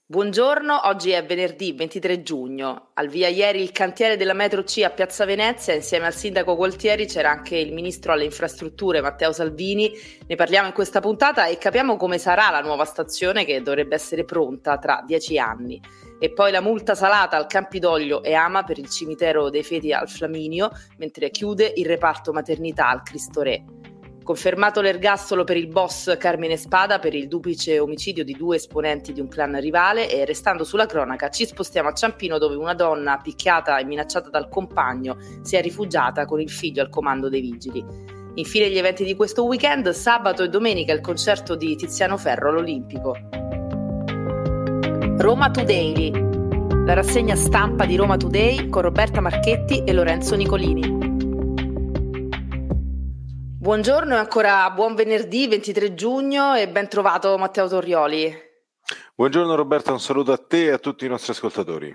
Buongiorno, oggi è venerdì 23 giugno. Al via ieri il cantiere della metro C a Piazza Venezia. Insieme al sindaco Gualtieri c'era anche il ministro alle infrastrutture Matteo Salvini. Ne parliamo in questa puntata e capiamo come sarà la nuova stazione che dovrebbe essere pronta tra 10 anni. E poi la multa salata al Campidoglio e Ama per il cimitero dei Feti al Flaminio, mentre chiude il reparto maternità al Cristo Re. Confermato l'ergastolo per il boss Carmine Spada per il duplice omicidio di 2 esponenti di un clan rivale. E restando sulla cronaca ci spostiamo a Ciampino, dove una donna picchiata e minacciata dal compagno si è rifugiata con il figlio al comando dei vigili. Infine gli eventi di questo weekend: sabato e domenica il concerto di Tiziano Ferro all'Olimpico. Roma Today, la rassegna stampa di Roma Today con Roberta Marchetti e Lorenzo Nicolini. Buongiorno e ancora buon venerdì 23 giugno e ben trovato Matteo Torrioli. Buongiorno Roberta, un saluto a te e a tutti i nostri ascoltatori.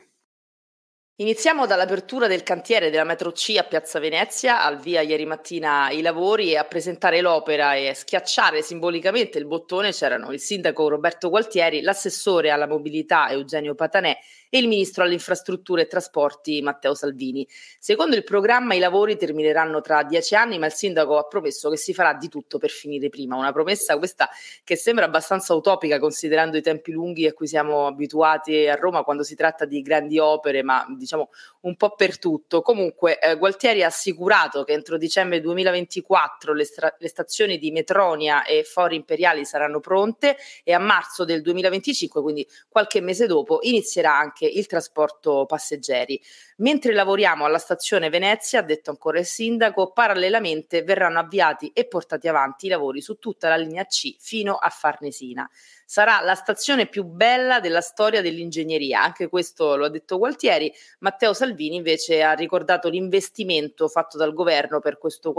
Iniziamo dall'apertura del cantiere della metro C a Piazza Venezia. Al via ieri mattina i lavori e a presentare l'opera e schiacciare simbolicamente il bottone c'erano il sindaco Roberto Gualtieri, l'assessore alla mobilità Eugenio Patanè e il ministro alle infrastrutture e trasporti Matteo Salvini. Secondo il programma i lavori termineranno tra 10 anni, ma il sindaco ha promesso che si farà di tutto per finire prima. Una promessa questa che sembra abbastanza utopica considerando i tempi lunghi a cui siamo abituati a Roma quando si tratta di grandi opere, ma diciamo un po' per tutto. Comunque Gualtieri ha assicurato che entro dicembre 2024 le stazioni di Metronia e Fori Imperiali saranno pronte e a marzo del 2025, quindi qualche mese dopo, inizierà anche il trasporto passeggeri. Mentre lavoriamo alla stazione Venezia, ha detto ancora il sindaco, parallelamente verranno avviati e portati avanti i lavori su tutta la linea C fino a Farnesina. Sarà la stazione più bella della storia dell'ingegneria, anche questo lo ha detto Gualtieri. Matteo Salvini invece ha ricordato l'investimento fatto dal governo per questo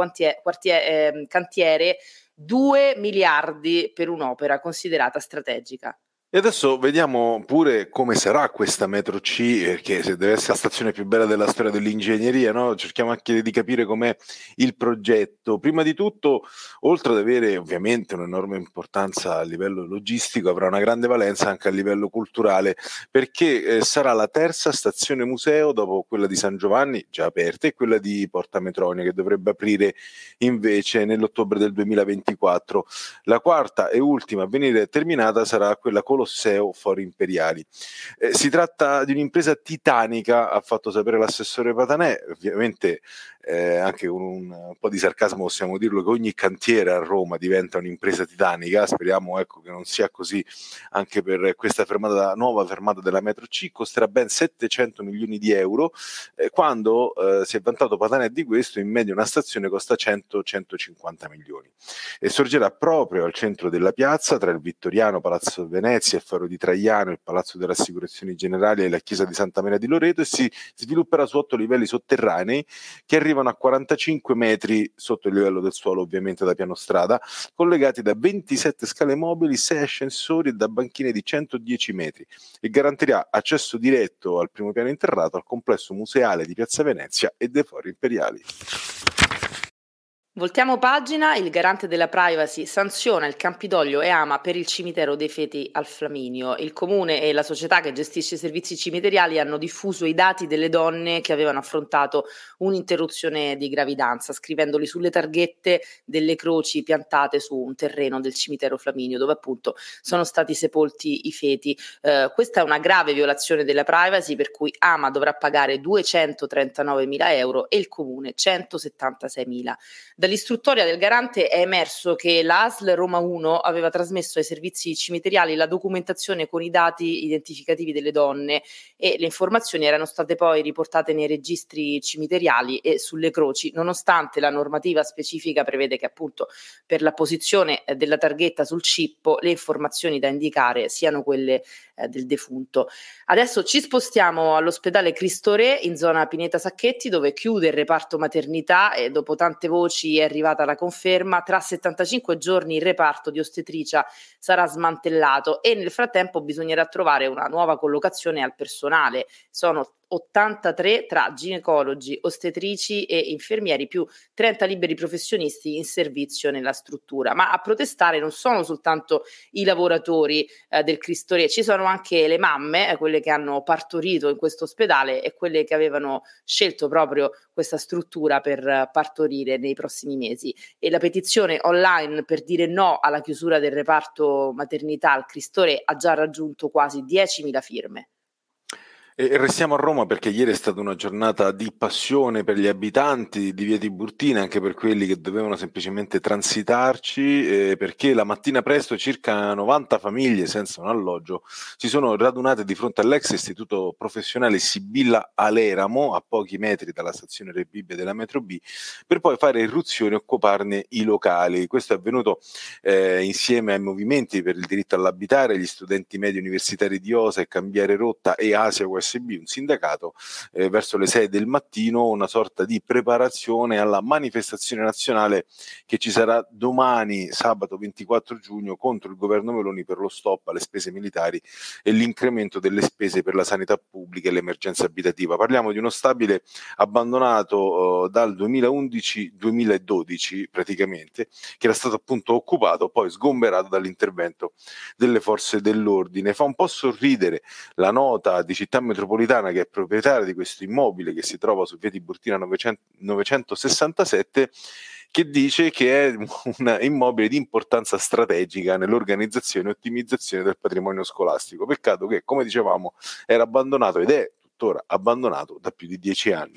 cantiere, 2 miliardi per un'opera considerata strategica. E adesso vediamo pure come sarà questa metro C, che se deve essere la stazione più bella della storia dell'ingegneria, no? Cerchiamo anche di capire com'è il progetto. Prima di tutto, oltre ad avere ovviamente un'enorme importanza a livello logistico, avrà una grande valenza anche a livello culturale, perché sarà la terza stazione museo dopo quella di San Giovanni, già aperta, e quella di Porta Metronia, che dovrebbe aprire invece nell'ottobre del 2024. La quarta e ultima a venire terminata sarà quella Colosseo Fori Imperiali. Si tratta di un'impresa titanica, ha fatto sapere l'assessore Patanè, ovviamente anche con un po' di sarcasmo possiamo dirlo che ogni cantiere a Roma diventa un'impresa titanica. Speriamo che non sia così anche per questa nuova fermata della metro C. Costerà ben 700 milioni di euro, quando si è vantato Patanè di questo. In media una stazione costa 100-150 milioni e sorgerà proprio al centro della piazza, tra il Vittoriano, Palazzo Venezia, il Faro di Traiano, il Palazzo delle Assicurazioni Generali e la chiesa di Santa Maria di Loreto, e si svilupperà su 8 livelli sotterranei che arrivano a 45 metri sotto il livello del suolo, ovviamente da pianostrada, collegati da 27 scale mobili, 6 ascensori e da banchine di 110 metri, e garantirà accesso diretto al primo piano interrato al complesso museale di Piazza Venezia e dei Fori Imperiali. Voltiamo pagina. Il garante della privacy sanziona il Campidoglio e Ama per il cimitero dei Feti al Flaminio. Il comune e la società che gestisce i servizi cimiteriali hanno diffuso i dati delle donne che avevano affrontato un'interruzione di gravidanza, scrivendoli sulle targhette delle croci piantate su un terreno del cimitero Flaminio, dove appunto sono stati sepolti i feti. Questa è una grave violazione della privacy, per cui Ama dovrà pagare 239.000 euro e il comune 176.000. Dall'istruttoria del garante è emerso che la ASL Roma 1 aveva trasmesso ai servizi cimiteriali la documentazione con i dati identificativi delle donne, e le informazioni erano state poi riportate nei registri cimiteriali e sulle croci, nonostante la normativa specifica prevede che appunto per la posizione della targhetta sul cippo le informazioni da indicare siano quelle del defunto. Adesso ci spostiamo all'ospedale Cristo Re in zona Pineta Sacchetti, dove chiude il reparto maternità e dopo tante voci è arrivata la conferma: tra 75 giorni il reparto di ostetricia sarà smantellato e nel frattempo bisognerà trovare una nuova collocazione al personale. Sono 83 tra ginecologi, ostetrici e infermieri, più 30 liberi professionisti in servizio nella struttura. Ma a protestare non sono soltanto i lavoratori del Cristo Re, ci sono anche le mamme, quelle che hanno partorito in questo ospedale e quelle che avevano scelto proprio questa struttura per partorire nei prossimi mesi. E la petizione online per dire no alla chiusura del reparto maternità al Cristo Re ha già raggiunto quasi 10.000 firme. E restiamo a Roma perché ieri è stata una giornata di passione per gli abitanti di Via Tiburtina, anche per quelli che dovevano semplicemente transitarci, perché la mattina presto circa 90 famiglie senza un alloggio si sono radunate di fronte all'ex istituto professionale Sibilla Aleramo, a pochi metri dalla stazione Re Bibbia della metro B, per poi fare irruzione e occuparne i locali. Questo è avvenuto insieme ai movimenti per il diritto all'abitare, gli studenti medi universitari di OSA e Cambiare Rotta e Asia USB, un sindacato, verso le 6 del mattino, una sorta di preparazione alla manifestazione nazionale che ci sarà domani, sabato 24 giugno, contro il governo Meloni per lo stop alle spese militari e l'incremento delle spese per la sanità pubblica e l'emergenza abitativa. Parliamo di uno stabile abbandonato dal 2011-2012 praticamente, che era stato appunto occupato, poi sgomberato dall'intervento delle forze dell'ordine. Fa un po' sorridere la nota di Città Metropolitana, che è proprietaria di questo immobile che si trova su Via Tiburtina 967, che dice che è un immobile di importanza strategica nell'organizzazione e ottimizzazione del patrimonio scolastico. Peccato che, come dicevamo, era abbandonato ed è tuttora abbandonato da più di 10 anni.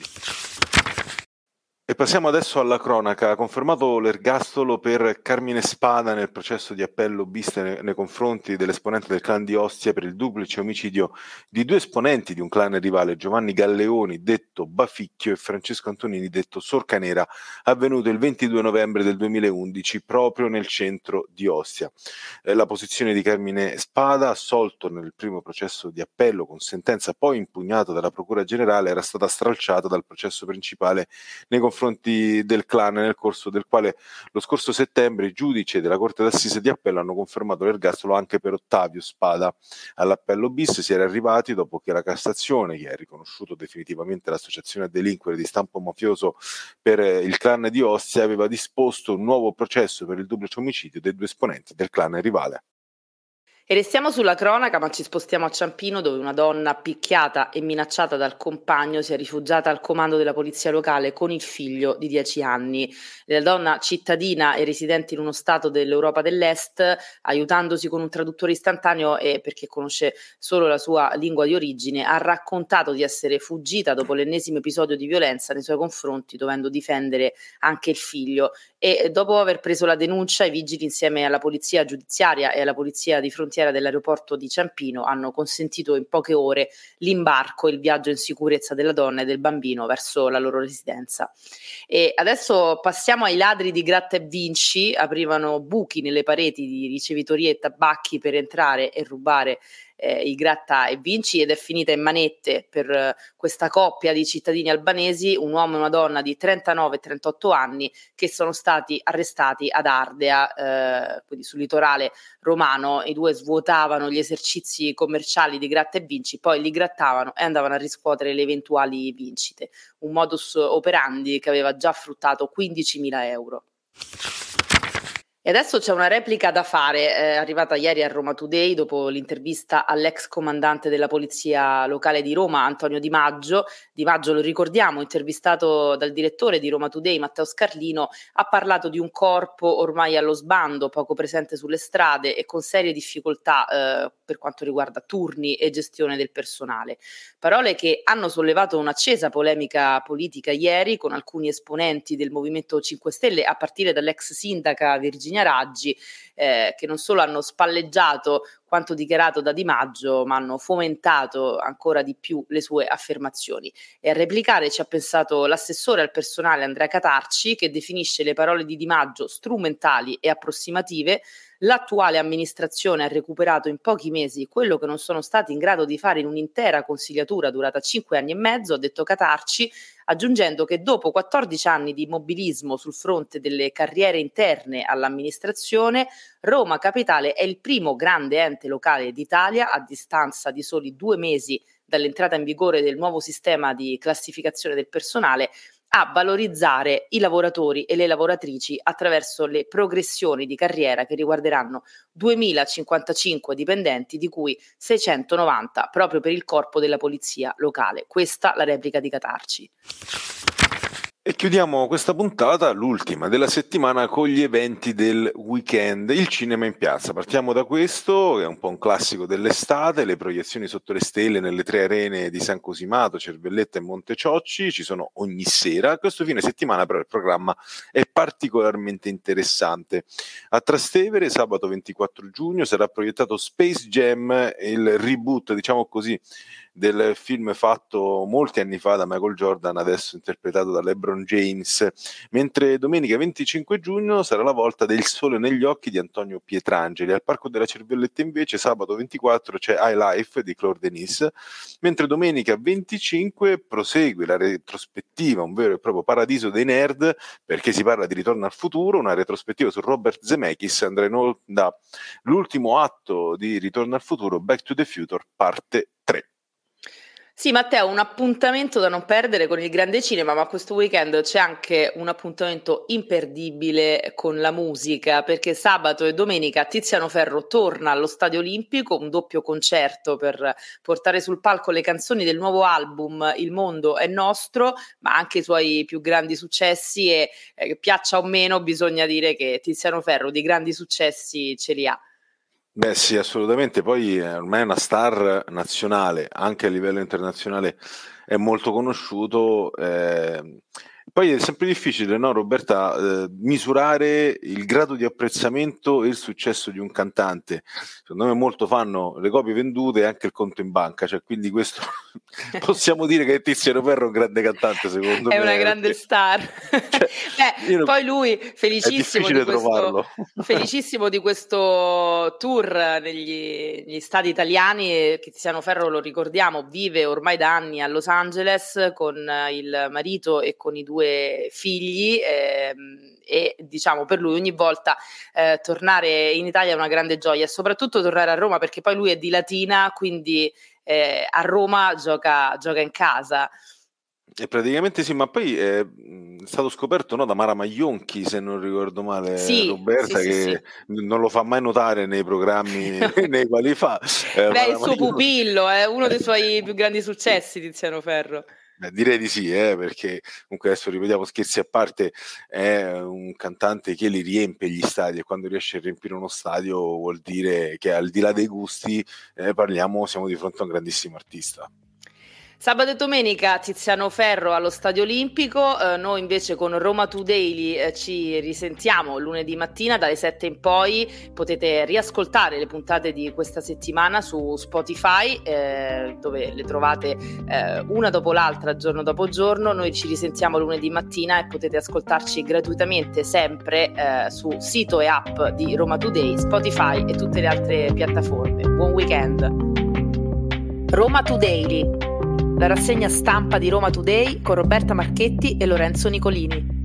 E passiamo adesso alla cronaca. Ha confermato l'ergastolo per Carmine Spada nel processo di appello bis nei confronti dell'esponente del clan di Ostia per il duplice omicidio di due esponenti di un clan rivale, Giovanni Galleoni, detto Baficchio, e Francesco Antonini, detto Sorcanera, avvenuto il 22 novembre del 2011 proprio nel centro di Ostia. La posizione di Carmine Spada, assolto nel primo processo di appello con sentenza poi impugnata dalla Procura Generale, era stata stralciata dal processo principale nei confronti del clan, nel corso del quale lo scorso settembre i giudici della Corte d'Assise di Appello hanno confermato l'ergastolo anche per Ottavio Spada. All'appello bis si era arrivati dopo che la Cassazione, che ha riconosciuto definitivamente l'associazione a delinquere di stampo mafioso per il clan di Ostia, aveva disposto un nuovo processo per il duplice omicidio dei due esponenti del clan rivale. E restiamo sulla cronaca, ma ci spostiamo a Ciampino, dove una donna picchiata e minacciata dal compagno si è rifugiata al comando della polizia locale con il figlio di 10 anni. La donna, cittadina e residente in uno stato dell'Europa dell'Est, aiutandosi con un traduttore istantaneo e perché conosce solo la sua lingua di origine, ha raccontato di essere fuggita dopo l'ennesimo episodio di violenza nei suoi confronti, dovendo difendere anche il figlio. E dopo aver preso la denuncia, i vigili, insieme alla polizia giudiziaria e alla polizia di frontiera dell'aeroporto di Ciampino, hanno consentito in poche ore l'imbarco e il viaggio in sicurezza della donna e del bambino verso la loro residenza. E adesso passiamo ai ladri di Gratta e Vinci. Aprivano buchi nelle pareti di ricevitorie e tabacchi per entrare e rubare i Gratta e Vinci, ed è finita in manette per questa coppia di cittadini albanesi, un uomo e una donna di 39 e 38 anni, che sono stati arrestati ad Ardea, quindi sul litorale romano. I due svuotavano gli esercizi commerciali di Gratta e Vinci, poi li grattavano e andavano a riscuotere le eventuali vincite, un modus operandi che aveva già fruttato 15.000 euro. E adesso c'è una replica da fare, arrivata ieri a Roma Today dopo l'intervista all'ex comandante della polizia locale di Roma, Antonio Di Maggio. Di Maggio, lo ricordiamo, intervistato dal direttore di Roma Today, Matteo Scarlino, ha parlato di un corpo ormai allo sbando, poco presente sulle strade e con serie difficoltà per quanto riguarda turni e gestione del personale. Parole che hanno sollevato un'accesa polemica politica ieri con alcuni esponenti del Movimento 5 Stelle, a partire dall'ex sindaca Virginia Raggi, che non solo hanno spalleggiato quanto dichiarato da Di Maggio, ma hanno fomentato ancora di più le sue affermazioni. E a replicare ci ha pensato l'assessore al personale Andrea Catarci, che definisce le parole di Di Maggio strumentali e approssimative, L'attuale amministrazione ha recuperato in pochi mesi quello che non sono stati in grado di fare in un'intera consigliatura durata 5 anni e mezzo, ha detto Catarci, aggiungendo che dopo 14 anni di immobilismo sul fronte delle carriere interne all'amministrazione, Roma Capitale è il primo grande ente locale d'Italia a distanza di soli 2 mesi dall'entrata in vigore del nuovo sistema di classificazione del personale, a valorizzare i lavoratori e le lavoratrici attraverso le progressioni di carriera che riguarderanno 2055 dipendenti, di cui 690 proprio per il corpo della polizia locale. Questa la replica di Catarci. E chiudiamo questa puntata, l'ultima della settimana, con gli eventi del weekend, il cinema in piazza. Partiamo da questo, che è un po' un classico dell'estate, le proiezioni sotto le stelle nelle 3 arene di San Cosimato, Cervelletta e Monte Ciocci, ci sono ogni sera. Questo fine settimana però il programma è particolarmente interessante. A Trastevere, sabato 24 giugno, sarà proiettato Space Jam, il reboot, diciamo così, del film fatto molti anni fa da Michael Jordan, adesso interpretato da LeBron James, mentre domenica 25 giugno sarà la volta del Sole negli occhi di Antonio Pietrangeli. Al Parco della Cervelletta invece sabato 24 c'è High Life di Claude Denis, mentre domenica 25 prosegue la retrospettiva, un vero e proprio paradiso dei nerd, perché si parla di Ritorno al futuro, una retrospettiva su Robert Zemeckis. Andrà in onda l'ultimo atto di Ritorno al futuro, Back to the Future parte 3. Sì, Matteo, un appuntamento da non perdere con il grande cinema, ma questo weekend c'è anche un appuntamento imperdibile con la musica, perché sabato e domenica Tiziano Ferro torna allo Stadio Olimpico, un doppio concerto per portare sul palco le canzoni del nuovo album Il mondo è nostro, ma anche i suoi più grandi successi e piaccia o meno bisogna dire che Tiziano Ferro di grandi successi ce li ha. Beh sì, assolutamente, poi ormai è una star nazionale, anche a livello internazionale è molto conosciuto. Poi è sempre difficile, no, Roberta, misurare il grado di apprezzamento e il successo di un cantante. Secondo me molto fanno le copie vendute e anche il conto in banca, cioè quindi questo possiamo dire che Tiziano Ferro è un grande cantante, secondo me. È una grande star. Beh, poi lui felicissimo di questo tour negli stadi italiani, che Tiziano Ferro, lo ricordiamo, vive ormai da anni a Los Angeles con il marito e con i 2 figli, e diciamo per lui ogni volta tornare in Italia è una grande gioia, e soprattutto tornare a Roma, perché poi lui è di Latina, quindi a Roma gioca in casa. E praticamente sì, ma poi è stato scoperto, no, da Mara Maglionchi, se non ricordo male, sì, Roberta, che non lo fa mai notare nei programmi nei quali fa. Beh, il suo pupillo è uno dei suoi più grandi successi, Tiziano Ferro. Direi di sì, perché comunque adesso ripetiamo, scherzi a parte, è un cantante che li riempie gli stadi, e quando riesce a riempire uno stadio vuol dire che al di là dei gusti siamo di fronte a un grandissimo artista. Sabato e domenica Tiziano Ferro allo Stadio Olimpico, noi invece con Roma Today ci risentiamo lunedì mattina dalle 7 in poi. Potete riascoltare le puntate di questa settimana su Spotify, dove le trovate una dopo l'altra, giorno dopo giorno. Noi ci risentiamo lunedì mattina e potete ascoltarci gratuitamente sempre su sito e app di Roma Today, Spotify e tutte le altre piattaforme. Buon weekend. Roma Today, la rassegna stampa di Roma Today con Roberta Marchetti e Lorenzo Nicolini.